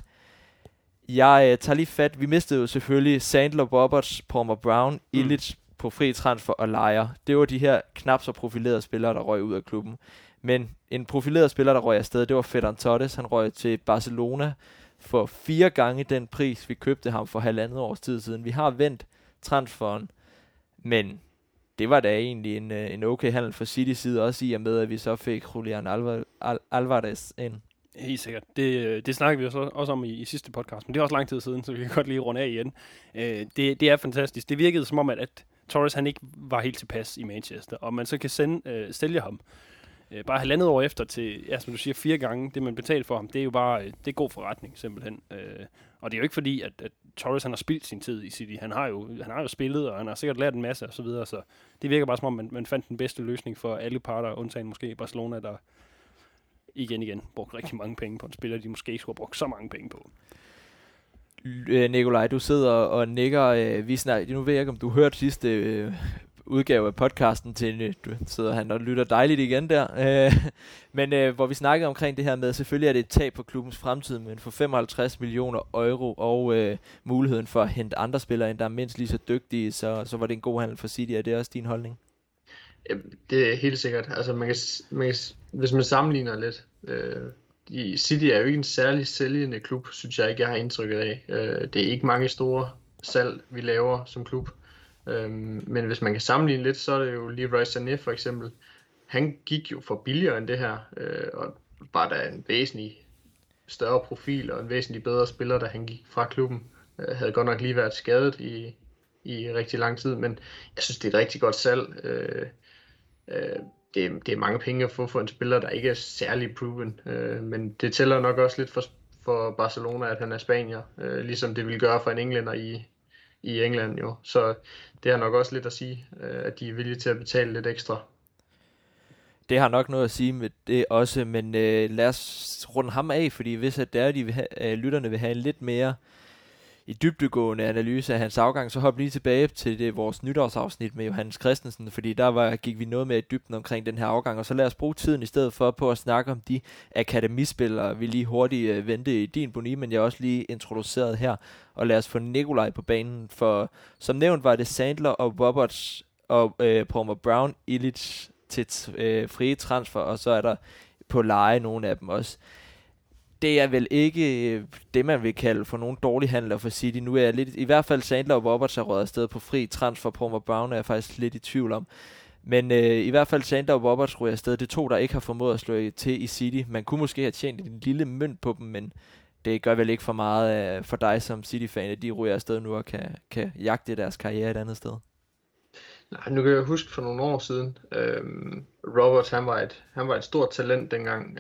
Jeg tager lige fat. Vi mistede jo selvfølgelig Sandler, Roberts, Palmer Brown, Illich på fri transfer og Lejer. Det var de her knap så profilerede spillere, der røg ud af klubben. Men en profileret spiller, der røg afsted, det var Ferran Torres. Han røg til Barcelona for 4 gange den pris, vi købte ham for 1,5 års tid siden. Vi har vendt transferen, men det var da egentlig en okay handel for City side, også i og med, at vi så fik Julian Alvarez ind. Helt sikkert. Det snakkede vi også om i sidste podcast, men det er også lang tid siden, så vi kan godt lige runde af igen. Det er fantastisk. Det virkede som om, at Torres han ikke var helt tilpas i Manchester, og man så kan sælge ham Bare 1,5 år efter til, ja, som du siger, 4 gange, det man betaler for ham, det er jo bare, det er god forretning, simpelthen. Og det er jo ikke fordi, at Torres, han har spildt sin tid i City. Han har jo spillet, og han har sikkert lært en masse, og så videre, så det virker bare som om, man fandt den bedste løsning for alle parter, undtagen måske Barcelona, der igen brugte rigtig mange penge på en spiller, de måske ikke skulle have brugt så mange penge på. Nikolaj, du sidder og nikker. Nu ved jeg ikke, om du hørte sidste udgave af podcasten til, du sidder han og lytter dejligt igen der, men hvor vi snakkede omkring det her med, selvfølgelig er det et tab på klubbens fremtid, men for 55 millioner euro og muligheden for at hente andre spillere ind, der er mindst lige så dygtige, så var det en god handel for City. Er det også din holdning? Det er helt sikkert. Altså hvis man sammenligner lidt, City er jo ikke en særlig sælgende klub, synes jeg ikke, jeg har indtrykket af. Det er ikke mange store salg, vi laver som klub. Men hvis man kan sammenligne lidt, så er det jo Leroy Sané for eksempel. Han gik jo for billigere end det her, og var der en væsentlig større profil og en væsentlig bedre spiller, da han gik fra klubben. Havde godt nok lige været skadet i rigtig lang tid, men jeg synes, det er et rigtig godt salg. Det er mange penge at få for en spiller, der ikke er særlig proven, men det tæller nok også lidt for Barcelona, at han er spanier, ligesom det ville gøre for en englænder i England jo. Så det har nok også lidt at sige, at de er villige til at betale lidt ekstra. Det har nok noget at sige med det også, men lad os runde ham af, fordi hvis at lytterne vil have en lidt mere i dybdegående analyse af hans afgang, så hop lige tilbage til vores nytårsafsnit med Johannes Christensen, fordi gik vi noget mere i dybden omkring den her afgang, og så lad os bruge tiden i stedet for på at snakke om de akademispillere, vi lige hurtigt vendte i din boni, men jeg også lige introduceret her, og lad os få Nikolaj på banen, for som nævnt var det Sandler og Roberts og Palmer Brown Illich til frie transfer, og så er der på leje nogle af dem også. Det er vel ikke det, man vil kalde for nogle dårlige handler for City. Nu er jeg lidt, i hvert fald Sandler og Roberts er røget afsted på fri transfer. Palmer Brown er jeg faktisk lidt i tvivl om. Men i hvert fald Sandler og Roberts ryger afsted. Det er 2, der ikke har formået at slå til i City. Man kunne måske have tjent en lille mønt på dem, men det gør vel ikke for meget for dig som City-fan, at de ryger afsted nu og kan jagte deres karriere et andet sted. Nej, nu kan jeg huske for nogle år siden. Roberts, han var et stort talent dengang.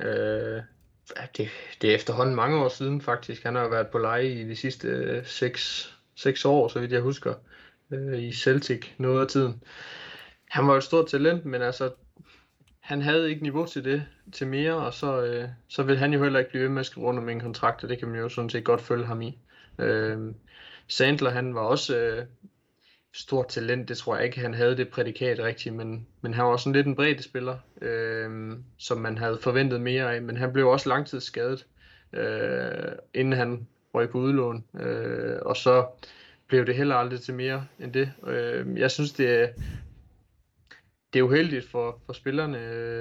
Det er efterhånden mange år siden faktisk. Han har jo været på leje i de sidste 6 år, så vidt jeg husker, i Celtic noget af tiden. Han var et stort talent, men altså, han havde ikke niveau til mere, og så vil han jo heller ikke blive ved med at skrive under med en kontrakt, og det kan man jo sådan set godt følge ham i. Sandler, han var også stort talent, det tror jeg ikke, han havde det prædikat rigtigt, men han var sådan lidt en breddespiller, som man havde forventet mere af, men han blev også langtidsskadet, inden han røg på udlån, og så blev det heller aldrig til mere end det. Jeg synes, det er uheldigt for spillerne,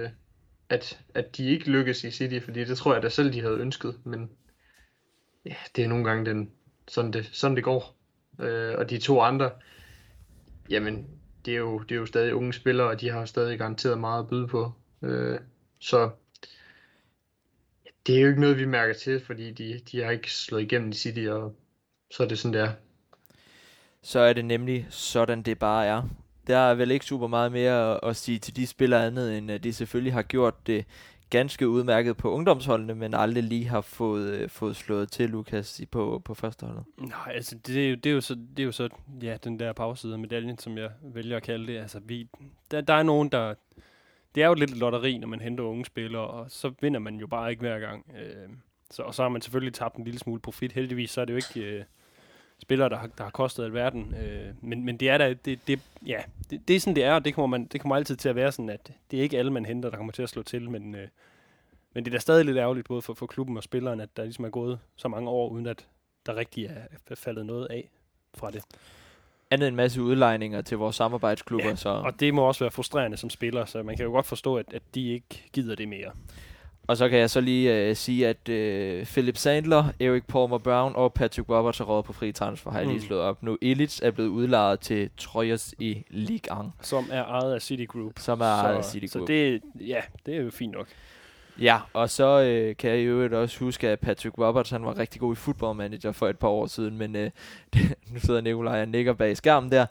at de ikke lykkes i City, fordi det tror jeg da selv, de havde ønsket, men ja, det er nogle gange sådan det går. Og de 2 andre, jamen, det er jo stadig unge spillere, og de har stadig garanteret meget at byde på. Så det er jo ikke noget, vi mærker til, fordi de har ikke slået igennem i City, og så er det sådan, det er. Så er det nemlig sådan, det bare er. Der er vel ikke super meget mere at sige til de spillere andet, end at de selvfølgelig har gjort det ganske udmærket på ungdomsholdene, men aldrig lige har fået slået til, Lukas, på førsteholdet. Nej, altså det er jo så ja, den der bagside af medaljen, som jeg vælger at kalde det. Altså der er nogen, der... Det er jo lidt et lotteri, når man henter unge spillere, og så vinder man jo bare ikke hver gang. Og så har man selvfølgelig tabt en lille smule profit. Heldigvis så er det jo ikke spillere, der har kostet alverden. Men det er da... Det er sådan, det er, og det kommer altid til at være sådan, at det er ikke alle, man henter, der kommer til at slå til, men det er da stadig lidt ærgerligt, både for klubben og spilleren, at der ligesom er gået så mange år, uden at der rigtig er faldet noget af fra det. Andet en masse udlejninger til vores samarbejdsklubber. Ja, så. Og det må også være frustrerende som spiller, så man kan jo godt forstå, at de ikke gider det mere. Og så kan jeg så lige sige, at Philip Sandler, Eric Palmer Brown og Patrick Roberts er rådet på fri transfer, har jeg lige slået op. Nu Illich er blevet udlejet til Troyes i Ligue 1. Som er ejet af City Group. Så det er jo fint nok. Ja, og så kan jeg jo også huske, at Patrick Roberts, han var rigtig god i Football Manager for et par år siden, men nu sidder Nikolaj og nikker bag skærmen der.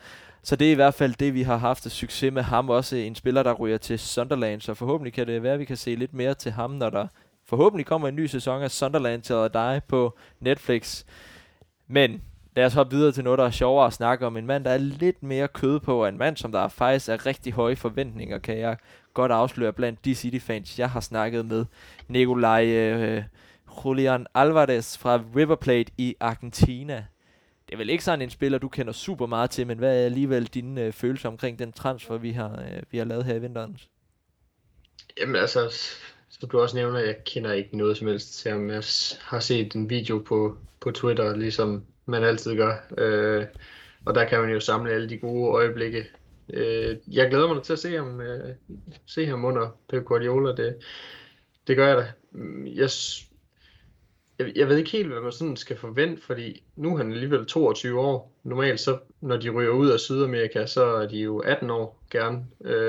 Så det er i hvert fald det, vi har haft succes med ham. Også en spiller, der ryger til Sunderland, så forhåbentlig kan det være, at vi kan se lidt mere til ham, når der forhåbentlig kommer en ny sæson af Sunderland til dig på Netflix. Men lad os hoppe videre til noget, der er sjovere at snakke om. En mand, der er lidt mere kød på, og en mand, som der faktisk er rigtig høje forventninger, kan jeg godt afsløre blandt de City-fans, jeg har snakket med. Nicolai Julian Alvarez fra River Plate i Argentina. Det er vel ikke sådan en spiller, du kender super meget til, men hvad er alligevel dine følelser omkring den transfer, vi har lavet her i vinteren? Jamen altså, så du også nævner, jeg kender ikke noget som helst til ham. Jeg har set en video på Twitter, ligesom man altid gør. Og der kan man jo samle alle de gode øjeblikke. Jeg glæder mig til at se ham under Pep Guardiola. Det gør jeg da. Jeg ved ikke helt, hvad man sådan skal forvente, fordi nu er han alligevel 22 år. Normalt så, når de ryger ud af Sydamerika, så er de jo 18 år gerne.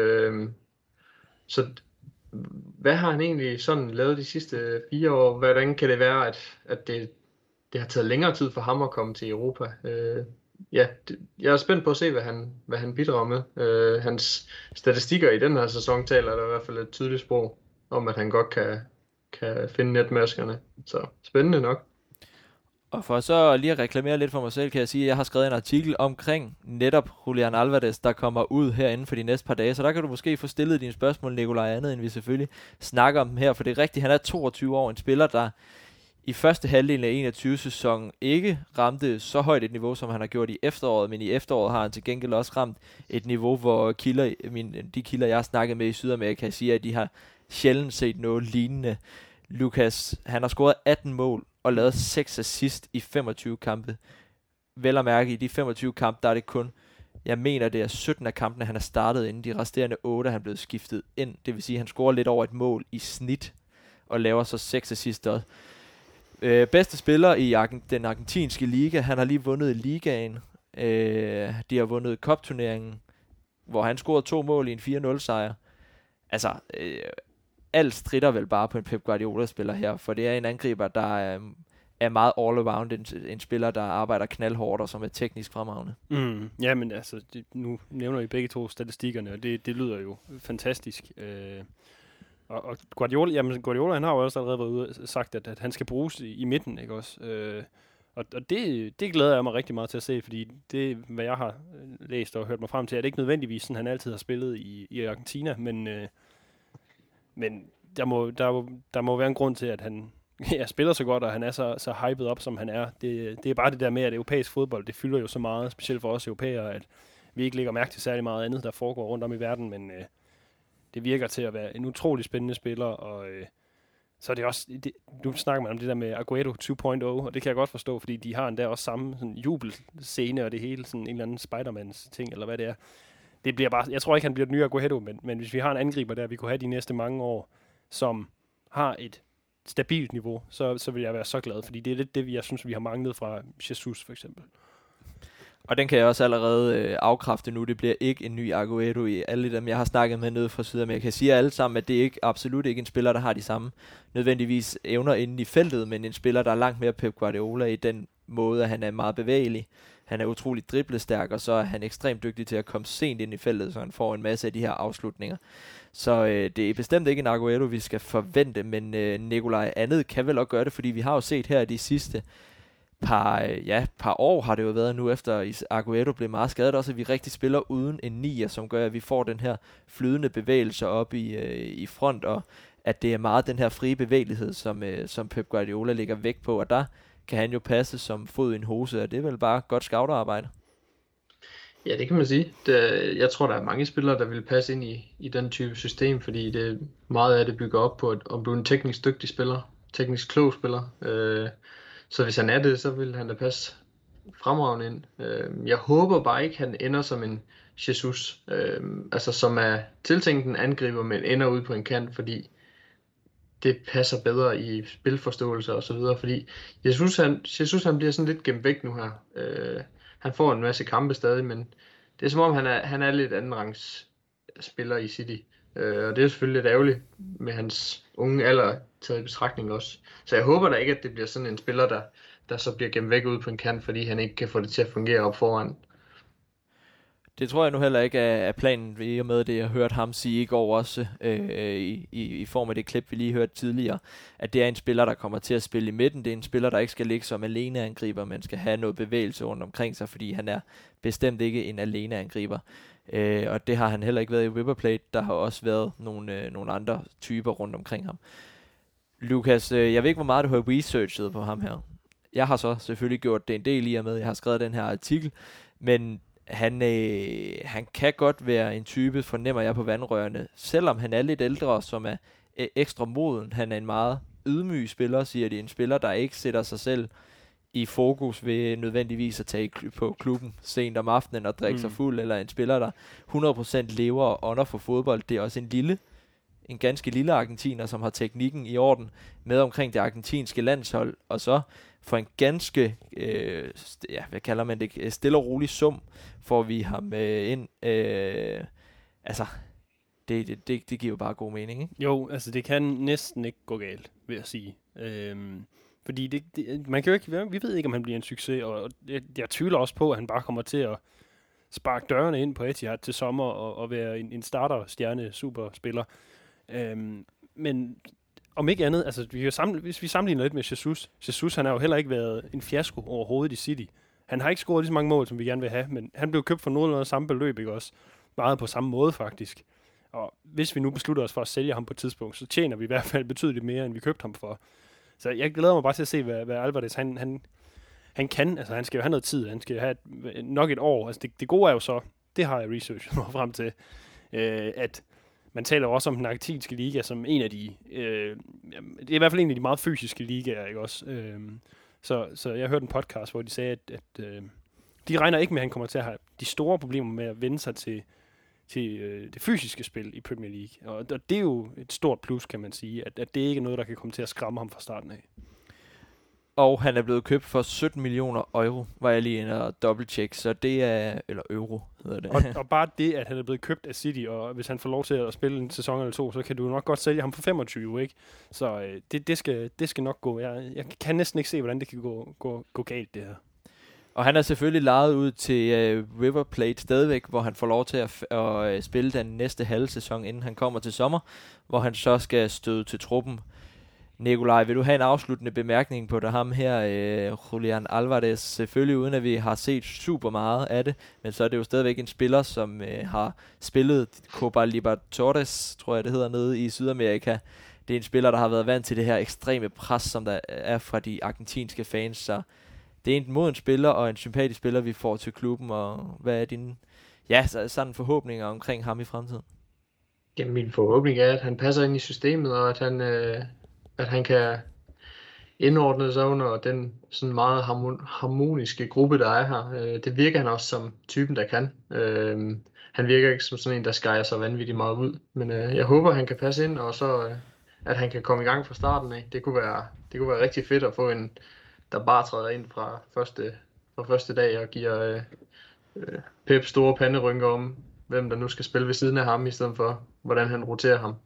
Så hvad har han egentlig sådan lavet de sidste 4 år? Hvordan kan det være, at det har taget længere tid for ham at komme til Europa? Jeg er spændt på at se, hvad han bidrager med. Hans statistikker i den her sæson taler der i hvert fald et tydeligt sprog om, at han godt kan finde netmaskerne. Så spændende nok. Og for så lige at reklamere lidt for mig selv, kan jeg sige, at jeg har skrevet en artikel omkring netop Julian Alvarez, der kommer ud herinde for de næste par dage. Så der kan du måske få stillet dine spørgsmål, Nicolai, andet end vi selvfølgelig snakker om dem her. For det er rigtigt, han er 22 år, en spiller, der i første halvdel af 21-sæsonen ikke ramte så højt et niveau, som han har gjort i efteråret. Men i efteråret har han til gengæld også ramt et niveau, hvor de kilder, jeg har snakket med i Sydamerika, siger, at de har sjældent set noget lignende. Lucas, han har scoret 18 mål og lavet 6 assist i 25 kampe. Vel at mærke, i de 25 kampe, der er det kun, jeg mener, det er 17 af kampene, han har startet inden. De resterende 8 er han blevet skiftet ind. Det vil sige, at han scorer lidt over et mål i snit og laver så 6 assist også. Bedste spiller i den argentinske liga, han har lige vundet ligaen. De har vundet cup-turneringen, hvor han scorede 2 mål i en 4-0 sejr. Altså, alt stritter vel bare på en Pep Guardiola-spiller her, for det er en angriber, der er meget all-around, en spiller, der arbejder knaldhårdt og som er teknisk fremragende. Ja, men altså, nu nævner I begge to statistikkerne, og det lyder jo fantastisk. Og Guardiola, han har jo også allerede været ude og sagt, at han skal bruges i midten, ikke også? Og det glæder jeg mig rigtig meget til at se, fordi det, hvad jeg har læst og hørt mig frem til, er det ikke nødvendigvis sådan, han altid har spillet i Argentina, men der må være en grund til, at han spiller så godt, og han er så hyped op, som han er. Det er bare det der med, at europæisk fodbold, det fylder jo så meget, specielt for os europæere, at vi ikke lægger mærke til særlig meget andet, der foregår rundt om i verden, men det virker til at være en utrolig spændende spiller, og så er det også, nu snakker man om det der med Aguero 2.0, og det kan jeg godt forstå, fordi de har endda også samme sådan jubelscene, og det hele sådan en eller anden Spider-Mans ting, eller hvad det er. Det bliver bare, jeg tror ikke, han bliver den nye Aguero, men hvis vi har en angriber der, vi kunne have de næste mange år, som har et stabilt niveau, så vil jeg være så glad, fordi det er lidt det, jeg synes, vi har manglet fra Jesus for eksempel. Og den kan jeg også allerede afkræfte nu. Det bliver ikke en ny Aguero i alle dem, jeg har snakket med nede fra Sydamerika. Jeg siger alle sammen, at det er absolut ikke en spiller, der har de samme nødvendigvis evner inde i feltet, men en spiller, der er langt mere Pep Guardiola i den måde, at han er meget bevægelig. Han er utroligt driblestærk, og så er han ekstremt dygtig til at komme sent ind i feltet, så han får en masse af de her afslutninger. Så det er bestemt ikke en Aguero, vi skal forvente, men Nicolai andet kan vel også gøre det, fordi vi har jo set her de sidste par år har det jo været nu, efter Aguero blev meget skadet også, at vi rigtig spiller uden en nier, som gør, at vi får den her flydende bevægelse op i front, og at det er meget den her frie bevægelighed, som Pep Guardiola lægger vægt på, og der kan han jo passe som fod i en hose, og det er vel bare godt scouterarbejde. Ja, det kan man sige. Jeg tror, der er mange spillere, der vil passe ind i den type system, fordi det meget af det bygger op på, om du er en teknisk dygtig spiller, teknisk klog spiller. Så hvis han er det, så vil han da passe fremragende ind. Jeg håber bare ikke, han ender som en Jesus, altså som er tiltænkt en angriber, men ender ude på en kant, fordi det passer bedre i spilforståelse og så videre, fordi Jesus han bliver sådan lidt gemt væk nu her. Han får en masse kampe stadig, men det er som om han er lidt andenrangs spiller i City. Og det er selvfølgelig lidt ærgerligt med hans unge alder taget i betragtning også. Så jeg håber da ikke, at det bliver sådan en spiller, der så bliver gemt væk ud på en kant, fordi han ikke kan få det til at fungere op foran. Det tror jeg nu heller ikke er planen, i og med det, jeg hørte ham sige i går også, i form af det klip, vi lige hørte tidligere, at det er en spiller, der kommer til at spille i midten. Det er en spiller, der ikke skal ligge som aleneangriber, men skal have noget bevægelse rundt omkring sig, fordi han er bestemt ikke en aleneangriber. Og det har han heller ikke været i River Plate. Der har også været nogle andre typer rundt omkring ham. Lukas, jeg ved ikke, hvor meget du har researchet på ham her. Jeg har så selvfølgelig gjort det en del i og med, jeg har skrevet den her artikel, men han kan godt være en type, fornemmer jeg på vandrørene, selvom han er lidt ældre, som er ekstra moden. Han er en meget ydmyg spiller, siger de. En spiller, der ikke sætter sig selv i fokus ved nødvendigvis at tage på klubben sent om aftenen og drikke sig fuld, eller en spiller, der 100% lever og ånder for fodbold. Det er også en ganske lille argentiner, som har teknikken i orden med omkring det argentinske landshold, og så for en ganske, hvad kalder man det, stille og rolig sum, får vi ham ind. Det giver jo bare god mening, ikke? Jo, altså det kan næsten ikke gå galt, vil jeg sige. Fordi man kan jo ikke, vi ved ikke, om han bliver en succes, og jeg tvivler også på, at han bare kommer til at sparke dørene ind på Etihad til sommer og være en starter-stjerne superspiller. Men om ikke andet, altså hvis vi sammenligner lidt med Jesus han har jo heller ikke været en fiasko overhovedet i City. Han har ikke scoret lige så mange mål, som vi gerne vil have, men han blev købt for nogenlunde samme beløb, ikke også? Meget på samme måde faktisk. Og hvis vi nu beslutter os for at sælge ham på et tidspunkt, så tjener vi i hvert fald betydeligt mere, end vi købte ham for. Så jeg glæder mig bare til at se, hvad Alvarez han kan. Altså han skal jo have noget tid, han skal have nok et år. Altså det gode er jo så, det har jeg researchet mig frem til, at man taler også om den argentinske liga som en af de, det er i hvert fald en af de meget fysiske ligaer, ikke også? Så jeg hørte en podcast, hvor de sagde, at de regner ikke med, at han kommer til at have de store problemer med at vende sig til det fysiske spil i Premier League. Og det er jo et stort plus, kan man sige, at det ikke er noget, der kan komme til at skræmme ham fra starten af. Og han er blevet købt for 17 millioner euro, var jeg lige inde og dobbelttjekke, så det er, eller euro hedder det. Og bare det, at han er blevet købt af City, og hvis han får lov til at spille en sæson eller to, så kan du nok godt sælge ham for 25, ikke? Så det skal nok gå. Jeg kan næsten ikke se, hvordan det kan gå galt, det her. Og han er selvfølgelig lejet ud til River Plate stadigvæk, hvor han får lov til at spille den næste halve sæson, inden han kommer til sommer, hvor han så skal støde til truppen. Nikolaj, vil du have en afsluttende bemærkning på ham her, Julián Álvarez? Selvfølgelig uden at vi har set super meget af det, men så er det jo stadigvæk en spiller, som har spillet Copa Libertadores, tror jeg det hedder, nede i Sydamerika. Det er en spiller, der har været vant til det her ekstreme pres, som der er fra de argentinske fans, så det er en moden spiller og en sympatisk spiller, vi får til klubben, og hvad er dine sådan forhåbninger omkring ham i fremtiden? Jamen, min forhåbning er, at han passer ind i systemet, og at han kan indordne sig under den sådan meget harmoniske gruppe, der er her. Det virker han også som typen, der kan. Han virker ikke som sådan en, der skærer sig vanvittigt meget ud, men jeg håber, han kan passe ind, og så at han kan komme i gang fra starten af. Det kunne være rigtig fedt at få en, der bare træder ind fra første dag og giver Pep store panderynker om, hvem der nu skal spille ved siden af ham, i stedet for, hvordan han roterer ham.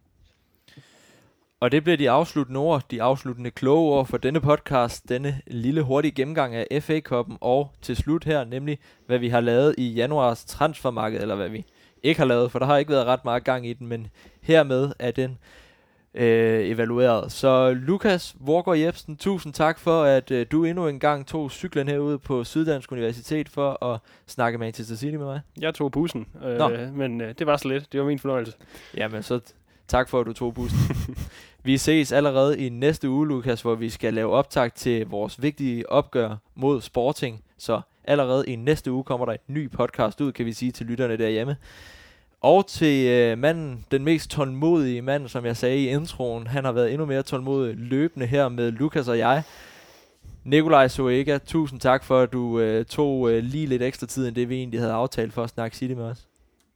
Og det bliver de afsluttende ord, de afsluttende kloge ord for denne podcast, denne lille hurtige gennemgang af FA-cupen, og til slut her, nemlig hvad vi har lavet i januars transfermarked, eller hvad vi ikke har lavet, for der har ikke været ret meget gang i den, men hermed er den evalueret. Så Lukas Vorgård Jebsen, tusind tak for, at du endnu en gang tog cyklen herude på Syddansk Universitet for at snakke Manchester City med mig. Jeg tog bussen, men det var så lidt. Det var min fornøjelse. Jamen, så tak for, at du tog bussen. Vi ses allerede i næste uge, Lukas, hvor vi skal lave optag til vores vigtige opgør mod Sporting. Så allerede i næste uge kommer der en ny podcast ud, kan vi sige til lytterne derhjemme. Og til manden, den mest tålmodige mand, som jeg sagde i introen, han har været endnu mere tålmodig løbende her med Lukas og jeg. Nikolaj Zoega, tusind tak for, at du tog lige lidt ekstra tid, end det vi egentlig havde aftalt for at snakke City med os.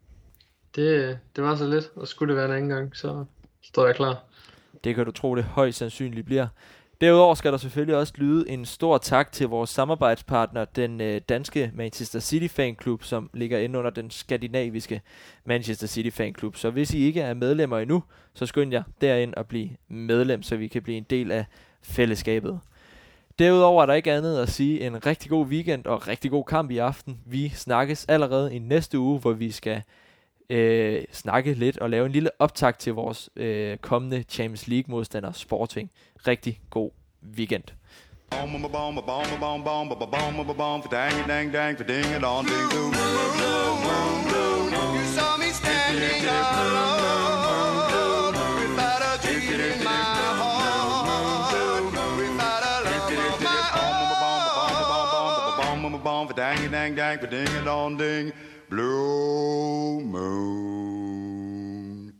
Det var så lidt, og skulle det være en anden gang, så står jeg klar. Det kan du tro, det højst sandsynligt bliver. Derudover skal der selvfølgelig også lyde en stor tak til vores samarbejdspartner, den danske Manchester City Fanklub, som ligger inde under den skandinaviske Manchester City Fanklub. Så hvis I ikke er medlemmer endnu, så skynd jer derind og blive medlem, så vi kan blive en del af fællesskabet. Derudover er der ikke andet at sige en rigtig god weekend og rigtig god kamp i aften. Vi snakkes allerede i næste uge, hvor vi skal snakke lidt og lave en lille optakt til vores kommende Champions League modstander Sporting. Rigtig god weekend. Dang, dang, dang, ding, dong, ding, blue moon.